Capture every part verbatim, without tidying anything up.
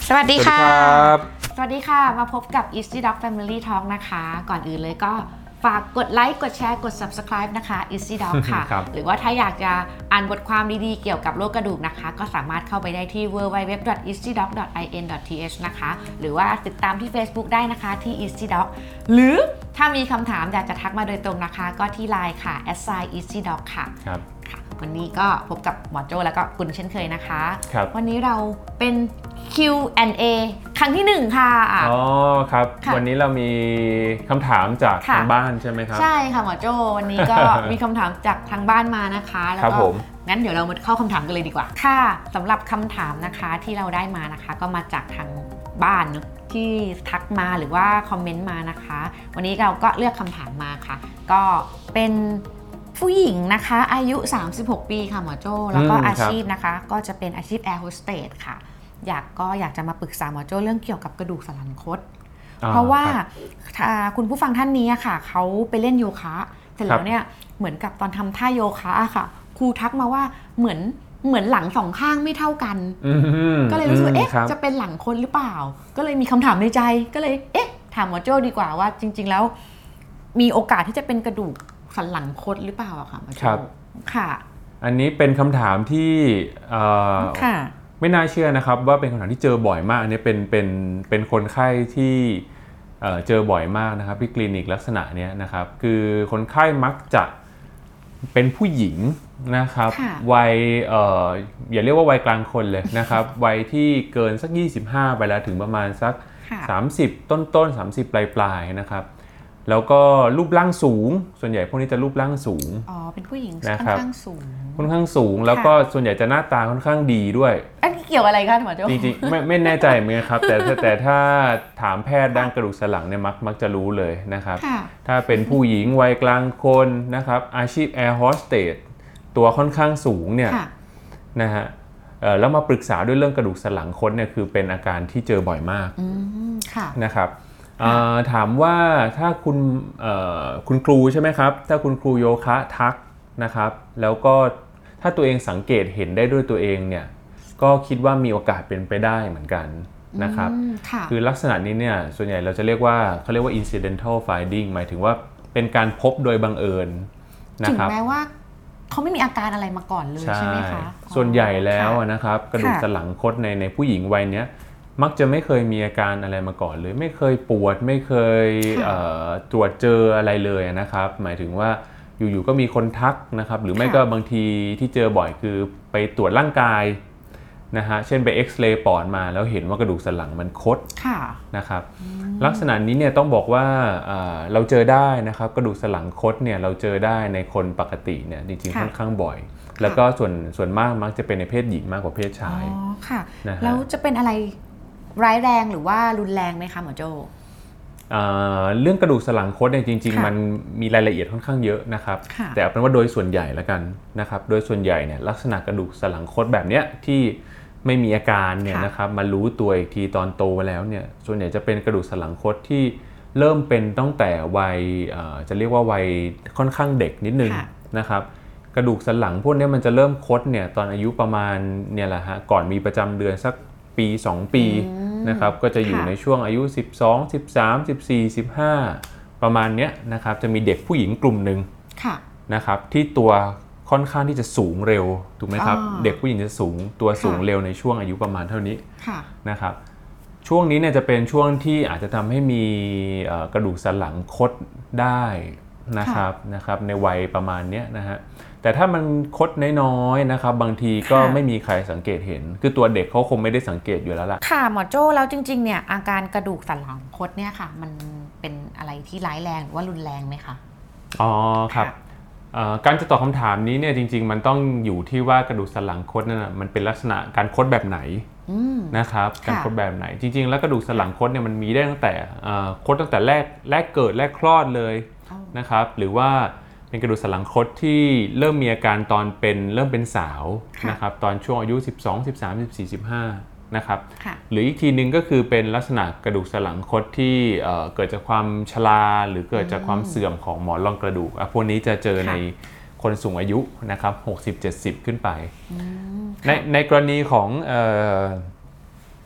สวัสดีค่ะสวัสดีค่ะมาพบกับ Easy Doc Family Talk นะคะก่อนอื่นเลยก็ฝากกดไลค์กดแชร์กด Subscribe นะคะ Easy Doc ค่ะ หรือว่าถ้าอยากจะอ่านบทความดีๆเกี่ยวกับโรคกระดูกนะคะก็สามารถเข้าไปได้ที่ ดับเบิลยู ดับเบิลยู ดับเบิลยู ดอท อีซี่ด็อก ดอท ไอ เอ็น ดอท ที เอช นะคะหรือว่าติดตามที่ Facebook ได้นะคะที่ Easy Doc หรือถ้ามีคำถามอยากจะทักมาโดยตรงนะคะก็ที่ ไลน์ ค่ะ แอท ไซน์ อีซี่ด็อก ค่ะครับวันนี้ก็พบกับหมอโจ้แล้วก็คุณเช่นเคยนะคะวันนี้เราเป็น คิว แอนด์ เอ ครั้งที่หนึ่งค่ะอ๋อครับวันนี้เรามีคำถามจากทางบ้านใช่ไหมครับใช่ค่ะหมอโจ้วันนี้ก็มีคำถามจากทางบ้านมานะคะแล้วก็งั้นเดี๋ยวเรามาเข้าคำถามกันเลยดีกว่าค่ะสำหรับคำถามนะคะที่เราได้มานะคะก็มาจากทางบ้านที่ทักมาหรือว่าคอมเมนต์มานะคะวันนี้เราก็เลือกคำถามมาค่ะก็เป็นผู้หญิงนะคะอายุสามสิบหกปีค่ะหมอโจ้แล้วก็อาชีพนะคะก็จะเป็นอาชีพแอร์โฮสเตสค่ะอยากก็อยากจะมาปรึกษาหมอโจ้เรื่องเกี่ยวกับกระดูกสันหลังคดเพราะว่าคุณผู้ฟังท่านนี้ค่ะเขาไปเล่นโยคะเสร็จแล้วเนี่ยเหมือนกับตอนทำท่าโยคะค่ะครูทักมาว่าเหมือนเหมือนหลังสองข้างไม่เท่ากันก็เลยรู้สึกว่าเอ๊ะจะเป็นหลังคดหรือเปล่าก็เลยมีคำถามในใจก็เลยเอ๊ะถามหมอโจ้ดีกว่าว่าจริงๆแล้วมีโอกาสที่จะเป็นกระดูกสันหลังคดหรือเปล่าอะค่ะหมอโจ้ค่ะอันนี้เป็นคำถามที่ไม่น่าเชื่อนะครับว่าเป็นคำถามที่เจอบ่อยมากอันนี้เป็นเป็นเป็นคนไข้ที่เจอบ่อยมากนะครับที่คลินิกลักษณะนี้นะครับคือคนไข้มักจะเป็นผู้หญิงนะครับวัยเอ่ออย่าเรียกว่าวัยกลางคนเลยนะครับวัยที่เกินสักยี่สิบห้าไปแล้วถึงประมาณสักสามสิบต้นๆสามสิบปลายๆนะครับแล้วก็รูปร่างสูงส่วนใหญ่พวกนี้จะรูปร่างสูงอ๋อเป็นผู้หญิงค่อนข้างสูงค่อนข้างสูงแล้วก็ส่วนใหญ่จะหน้าตาค่อนข้างดีด้วยอันนี้เกี่ยวอะไรกันหมอโจ้จริงๆไม่ไม่แน่ใจเหมือนกันครับแต่แต่ถ้าถามแพทย์ด้านกระดูกสันหลังเนี่ยมักมักจะรู้เลยนะครับถ้าเป็นผู้หญิงวัยกลางคนนะครับอาชีพแอร์โฮสเตสตัวค่อนข้างสูงเนี่ยนะฮะแล้วมาปรึกษาด้วยเรื่องกระดูกสันหลังคดเนี่ยคือเป็นอาการที่เจอบ่อยมากนะครับถามว่าถ้าคุณคุณครูใช่ไหมครับถ้าคุณครูโยคะทักนะครับแล้วก็ถ้าตัวเองสังเกตเห็นได้ด้วยตัวเองเนี่ยก็คิดว่ามีโอกาสเป็นไปได้เหมือนกันนะครับคือลักษณะนี้เนี่ยส่วนใหญ่เราจะเรียกว่าเขาเรียกว่า incidental finding หมายถึงว่าเป็นการพบโดยบังเอิญนะครับถึงแม้ว่าเขาไม่มีอาการอะไรมาก่อนเลยใช่ไหมคะส่วนใหญ่แล้วนะครับกระดูกสันหลังคดในในผู้หญิงวัยเนี้ยมักจะไม่เคยมีอาการอะไรมาก่อนเลยไม่เคยปวดไม่เคยตรวจเจออะไรเลยนะครับหมายถึงว่าอยู่ๆก็มีคนทักนะครับหรือไม่ก็บางทีที่เจอบ่อยคือไปตรวจร่างกายนะฮะเช่นไปเอ็กซเรย์ปอดมาแล้วเห็นว่ากระดูกสันหลังมันคดนะครับลักษณะนี้เนี่ยต้องบอกว่าเราเจอได้นะครับกระดูกสันหลังคดเนี่ยเราเจอได้ในคนปกติเนี่ยจริงๆค่อนข้างบ่อยแล้วก็ส่วนส่วนมากมักจะเป็นในเพศหญิงมากกว่าเพศชายอ๋อค่ะแล้วจะเป็นอะไรร้ายแรงหรือว่ารุนแรงไหมคะหมอโจ้เรื่องกระดูกสันหลังคดเนี่ยจริงๆมันมีรายละเอียดค่อนข้างเยอะนะครับแต่เอาเป็นว่าโดยส่วนใหญ่แล้วกันนะครับโดยส่วนใหญ่เนี่ยลักษณะกระดูกสันหลังคดแบบเนี้ยที่ไม่มีอาการเนี่ยนะครับมารู้ตัวอีกทีตอนโตแล้วเนี่ยส่วนใหญ่จะเป็นกระดูกสันหลังคดที่เริ่มเป็นตั้งแต่วัยจะเรียกว่าวัยค่อนข้างเด็กนิดนึงนะครับกระดูกสันหลังพวกนี้มันจะเริ่มคดเนี่ยตอนอายุประมาณเนี่ยแหละฮะก่อนมีประจำเดือนสักปีสองปีนะครับก็จะอยู่ในช่วงอายุสิบสอง สิบสาม สิบสี่ สิบห้าประมาณเนี้ยนะครับจะมีเด็กผู้หญิงกลุ่มนึงนะครับที่ตัวค่อนข้างที่จะสูงเร็วถูกไหมครับเด็กผู้หญิงจะสูงตัวสูงเร็วในช่วงอายุประมาณเท่านี้นะครับช่วงนี้เนี่ยจะเป็นช่วงที่อาจจะทำให้มีกระดูกสันหลังคดได้นะครับนะครับในวัยประมาณเนี้ยนะฮะแต่ถ้ามันคดน้อยๆนะครับบางทีก็ไม่มีใครสังเกตเห็นคือตัวเด็กเขาคงไม่ได้สังเกตอยู่แล้วล่ะค่ะหมอโจ้แล้วจริงๆเนี่ยอาการกระดูกสันหลังคดเนี่ยค่ะมันเป็นอะไรที่ร้ายแรงหรือว่ารุนแรงไหมคะอ๋อครับการจะตอบคำถามนี้เนี่ยจริงๆมันต้องอยู่ที่ว่ากระดูกสันหลังคดนั่นนะมันเป็นลักษณะการคดแบบไหนนะครับการคดแบบไหนจริงๆแล้วกระดูกสันหลังคดเนี่ยมันมีได้ตั้งแต่คดตั้งแต่แรกแรกเกิดแรกคลอดเลยนะครับหรือว่าเป็นกระดูกสันหลังคดที่เริ่มมีอาการตอนเป็นเริ่มเป็นสาวนะครับตอนช่วงอายุสิบสอง สิบสาม สิบสี่ สิบห้านะครับหรืออีกทีนึงก็คือเป็นลักษณะกระดูกสันหลังคดที่เกิดจากความชราหรือเกิดจากความเสื่อมของหมอนรองกระดูกพวกนี้จะเจอในคนสูงอายุนะครับ หกสิบ เจ็ดสิบ ขึ้นไปในในกรณีของ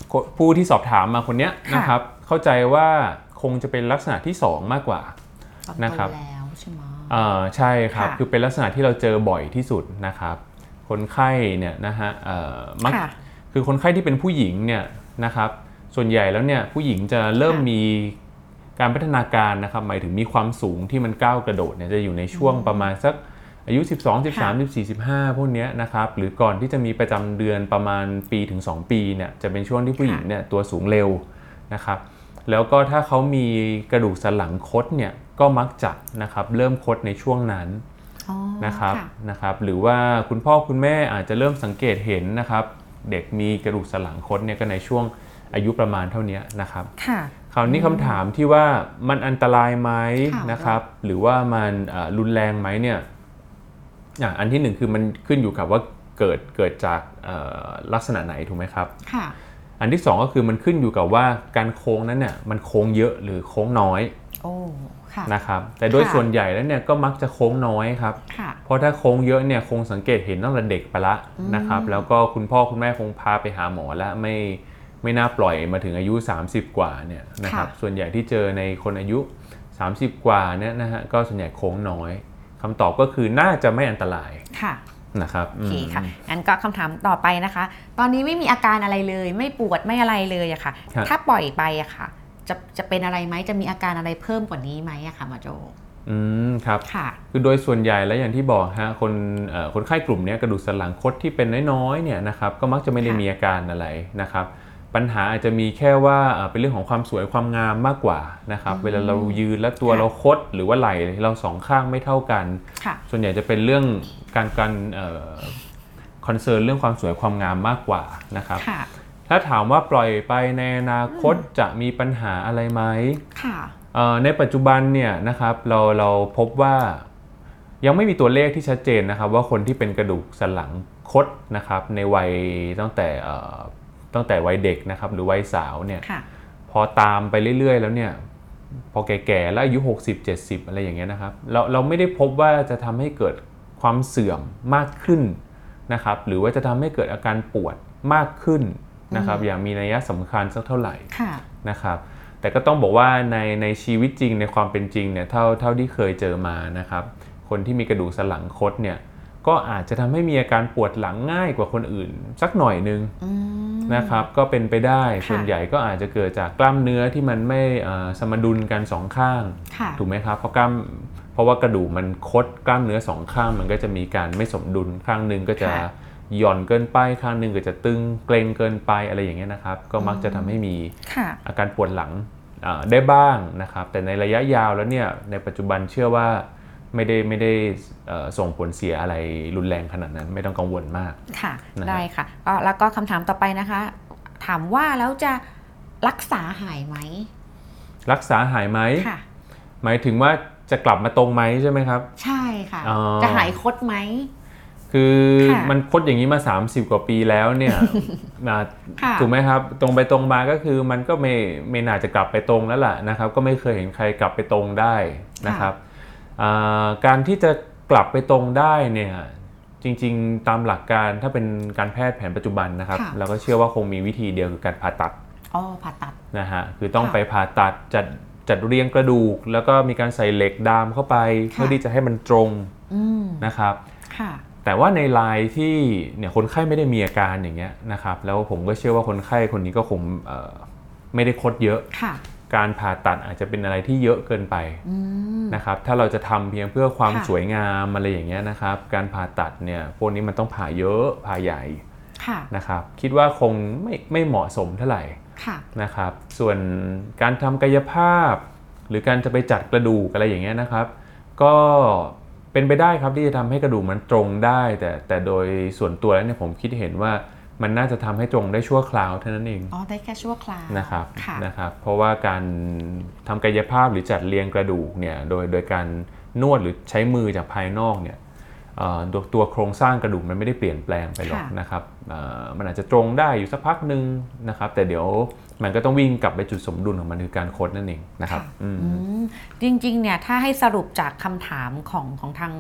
ผู้ที่สอบถามมาคนนี้นะครับเข้าใจว่าคงจะเป็นลักษณะที่สองมากกว่านะครับแล้วใช่ไหมอ่าใช่ครับคือเป็นลักษณะที่เราเจอบ่อยที่สุดนะครับคนไข้เนี่ยนะฮะเอ่อมักคือคนไข้ที่เป็นผู้หญิงเนี่ยนะครับส่วนใหญ่แล้วเนี่ยผู้หญิงจะเริ่มมีการพัฒนาการนะครับหมายถึงมีความสูงที่มันก้าวกระโดดเนี่ยจะอยู่ในช่วงประมาณสักอายุสิบสอง สิบสาม สิบสี่ สิบห้าพวกนี้นะครับหรือก่อนที่จะมีประจำเดือนประมาณปีถึงสองปีเนี่ยจะเป็นช่วงที่ผู้หญิงเนี่ยตัวสูงเร็วนะครับแล้วก็ถ้าเขามีกระดูกสันหลังคดเนี่ยก็มักจะนะครับเริ่มคดในช่วงนั้นนะครับนะครับหรือว่าคุณพ่อคุณแม่อาจจะเริ่มสังเกตเห็นนะครับเด็กมีกระดูกสันหลังคดเนี่ยก็ในช่วงอายุประมาณเท่านี้นะครับคราวนี้คำถามที่ว่ามันอันตรายไหมนะครับหรือว่ามันรุนแรงไหมเนี่ยอันที่หนึ่งคือมันขึ้นอยู่กับว่าเกิดเกิดจากลักษณะไหนถูกไหมครับอันที่สองก็คือมันขึ้นอยู่กับว่าการโค้งนั้นเนี่ยมันโค้งเยอะหรือโค้งน้อยนะครับแต่โดยส่วนใหญ่แล้วเนี่ยก็มักจะโค้งน้อยครับเพราะถ้าโค้งเยอะเนี่ยคงสังเกตเห็นตั้งแต่เด็กไปละนะครับแล้วก็คุณพ่อคุณแม่คงพาไปหาหมอแล้วไม่ไม่น่าปล่อยมาถึงอายุสามสิบกว่าเนี่ยนะครับส่วนใหญ่ที่เจอในคนอายุสามสิบกว่าเนี่ยนะฮะก็ส่วนใหญ่โค้งน้อยคำตอบก็คือน่าจะไม่อันตรายค่ะนะครับโอเคค่ะงั้นก็คำถามต่อไปนะคะตอนนี้ไม่มีอาการอะไรเลยไม่ปวดไม่อะไรเลยอะค่ะถ้าปล่อยไปอะค่ะจะจะเป็นอะไรไหมจะมีอาการอะไรเพิ่มกว่านี้ไหมอะค่ะหมอโจอืมครับค่ะคือโดยส่วนใหญ่แล้วอย่างที่บอกฮะคนเอ่อคนไข้กลุ่มนี้กระดูกสันหลังคดที่เป็นน้อยๆเนี่ยนะครับก็มักจะไม่ได้มีอาการอะไรนะครับปัญหาอาจจะมีแค่ว่าเป็นเรื่องของความสวยความงามมากกว่านะครับเวลาเรายืนแล้วตัวเราคดหรือว่าไหล่เราสองข้างไม่เท่ากันส่วนใหญ่จะเป็นเรื่องการการคอนเซิร์นเรื่องความสวยความงามมากกว่านะครับถ้าถามว่าปล่อยไปในอนาคตจะมีปัญหาอะไรไหมในปัจจุบันเนี่ยนะครับเราเราพบว่ายังไม่มีตัวเลขที่ชัดเจนนะครับว่าคนที่เป็นกระดูกสันหลังคดนะครับในวัยตั้งแต่ตั้งแต่วัยเด็กนะครับหรือวัยสาวเนี่ยพอตามไปเรื่อยๆแล้วเนี่ยพอแก่ๆแล้วอายุหกสิบ เจ็ดสิบอะไรอย่างเงี้ยนะครับเราเราไม่ได้พบว่าจะทำให้เกิดความเสื่อมมากขึ้นนะครับหรือว่าจะทำให้เกิดอาการปวดมากขึ้นนะครับอย่างมีนัยสำคัญสักเท่าไหร่นะครับแต่ก็ต้องบอกว่าในในชีวิตจริงในความเป็นจริงเนี่ยเท่าเท่าที่เคยเจอมานะครับคนที่มีกระดูกสันหลังคดเนี่ยก็อาจจะทำให้มีอาการปวดหลังง่ายกว่าคนอื่นสักหน่อยนึงนะครับก็เป็นไปได้ส่วนใหญ่ก็อาจจะเกิดจากกล้ามเนื้อที่มันไม่สมดุลกันสองข้างถูกไหมครับเพราะกล้ามเพราะว่ากระดูกมันคดกล้ามเนื้อสองข้างมันก็จะมีการไม่สมดุลข้างนึงก็จะหย่อนเกินไปข้างนึงก็จะตึงเกร็งเกินไปอะไรอย่างเงี้ยนะครับก็มักจะทำให้มีอาการปวดหลังได้บ้างนะครับแต่ในระยะยาวแล้วเนี่ยในปัจจุบันเชื่อว่าไม่ได้ไม่ได้ส่งผลเสียอะไรรุนแรงขนาดนั้นไม่ต้องกังวลมากค่ะได้ค่ะก็แล้วก็คำถามต่อไปนะคะถามว่าแล้วจะรักษาหายไหมรักษาหายไหมหมายถึงว่าจะกลับมาตรงไหมใช่ไหมครับใช่ค่ะจะหายคดไหมคือมันคดอย่างนี้มาสามสิบกว่าปีแล้วเนี่ยถูกไหมครับตรงไปตรงมาก็คือมันก็ไม่ไม่น่าจะกลับไปตรงแล้วล่ะนะครับก็ไม่เคยเห็นใครกลับไปตรงได้นะครับการที่จะกลับไปตรงได้เนี่ยจริงๆตามหลักการถ้าเป็นการแพทย์แผนปัจจุบันนะครับเราก็เชื่อว่าคงมีวิธีเดียวคือการผ่าตัดอ๋อผ่าตัดนะฮะคือต้องไปผ่าตัดจัดจัดเรียงกระดูกแล้วก็มีการใส่เหล็กดามเข้าไปเพื่อที่จะให้มันตรงนะครับแต่ว่าในรายที่เนี่ยคนไข้ไม่ได้มีอาการอย่างเงี้ยนะครับแล้วผมก็เชื่อว่าคนไข้คนนี้ก็คงไม่ได้คดเยอะการผ่าตัดอาจจะเป็นอะไรที่เยอะเกินไปนะครับถ้าเราจะทำเพียงเพื่อความสวยงามอะไรอย่างเงี้ยนะครับการผ่าตัดเนี่ยพวกนี้มันต้องผ่าเยอะผ่าใหญ่นะครับคิดว่าคงไม่ไม่เหมาะสมเท่าไหร่นะครับส่วนการทำกายภาพหรือการจะไปจัดกระดูกอะไรอย่างเงี้ยนะครับก็เป็นไปได้ครับที่จะทำให้กระดูกมันตรงได้แต่แต่โดยส่วนตัวแล้วเนี่ยผมคิดเห็นว่ามันน่าจะทำให้ตรงได้ชั่วคราวเท่านั้นเองอ๋อได้แค่ชั่วคราวนะครับนะครับเพราะว่าการทำกายภาพหรือจัดเรียงกระดูกเนี่ยโดยโดยการนวดหรือใช้มือจากภายนอกเนี่ยตัวตัวโครงสร้างกระดูกมันไม่ได้เปลี่ยนแปลงไปหรอกนะครับมันอาจจะตรงได้อยู่สักพักนึงนะครับแต่เดี๋ยวมันก็ต้องวิ่งกลับไปจุดสมดุลของมันคือการคดนั่นเองนะครับจริงๆเนี่ยถ้าให้สรุปจากคำถามของของทาง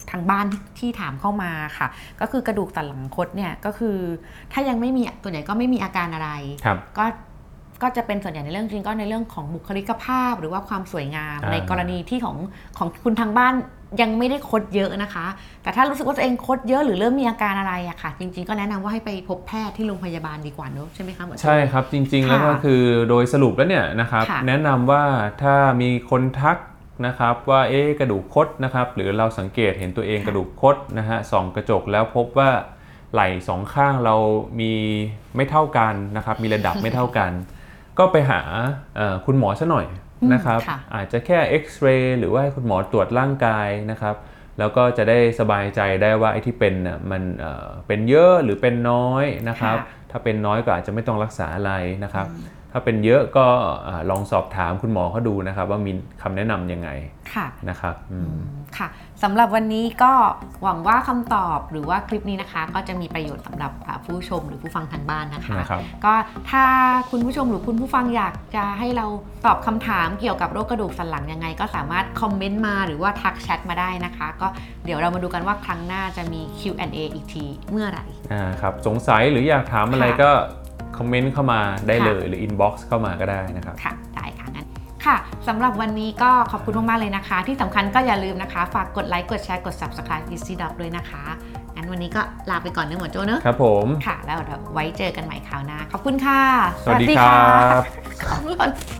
ทางบ้านที่ถามเข้ามาค่ะก็คือกระดูกสันหลังคดเนี่ยก็คือถ้ายังไม่มีส่วนใหญ่ก็ไม่มีอาการอะไรก็ก็จะเป็นส่วนใหญ่ในเรื่องจริงก็ในเรื่องของบุคลิกภาพหรือว่าความสวยงามในกรณีที่ของของคุณทางบ้านยังไม่ได้คดเยอะนะคะแต่ถ้ารู้สึกว่าตัวเองคดเยอะหรือเริ่มมีอาการอะไรอะค่ะจริงๆก็แนะนำว่าให้ไปพบแพทย์ที่โรงพยาบาลดีกว่าเนอะใช่ไหมคะใช่ครับจริงๆแล้วก็คือโดยสรุปแล้วเนี่ยนะครับแนะนำว่าถ้ามีคนทักนะครับว่าเอ๊ะกระดูกคดนะครับหรือเราสังเกตเห็นตัวเองกระดูกคดนะฮะส่องกระจกแล้วพบว่าไหล่สองข้างเรามีไม่เท่ากันนะครับมีระดับไม่เท่ากันก็ไปหาคุณหมอซะหน่อยนะครับอาจจะแค่เอ็กซเรย์หรือว่าให้คุณหมอตรวจร่างกายนะครับแล้วก็จะได้สบายใจได้ว่าไอ้ที่เป็นน่ะมันเอ่อเป็นเยอะหรือเป็นน้อยนะครับถ้าเป็นน้อยก็อาจจะไม่ต้องรักษาอะไรนะครับถ้าเป็นเยอะก็ลองสอบถามคุณหมอเขาดูนะครับว่ามีคำแนะนำยังไงนะครับค่ะสำหรับวันนี้ก็หวังว่าคำตอบหรือว่าคลิปนี้นะคะก็จะมีประโยชน์สำหรับผู้ชมหรือผู้ฟังทางบ้านนะคะก็ถ้าคุณผู้ชมหรือคุณผู้ฟังอยากจะให้เราตอบคำถามเกี่ยวกับโรคกระดูกสันหลังยังไงก็สามารถคอมเมนต์มาหรือว่าทักแชทมาได้นะคะก็เดี๋ยวเรามาดูกันว่าครั้งหน้าจะมี คิว แอนด์ เอ อีกทีเมื่อไหร่อ่าครับสงสัยหรืออยากถามอะไรก็คอมเมนต์เข้ามาได้เลยหรืออินบ็อกซ์เข้ามาก็ได้นะครับค่ะได้ค่ะงั้นค่ะสำหรับวันนี้ก็ขอบคุณมากๆเลยนะคะที่สำคัญก็อย่าลืมนะคะฝากกดไลค์กดแชร์กด ซับสไครบ์ Easy Doc ด้วยนะคะงั้นวันนี้ก็ลาไปก่อนเนอะหมอโจ้เนอะครับผมค่ะแล้วเดี๋ยวไว้เจอกันใหม่คราวหน้าขอบคุณค่ะสวัสดีครับ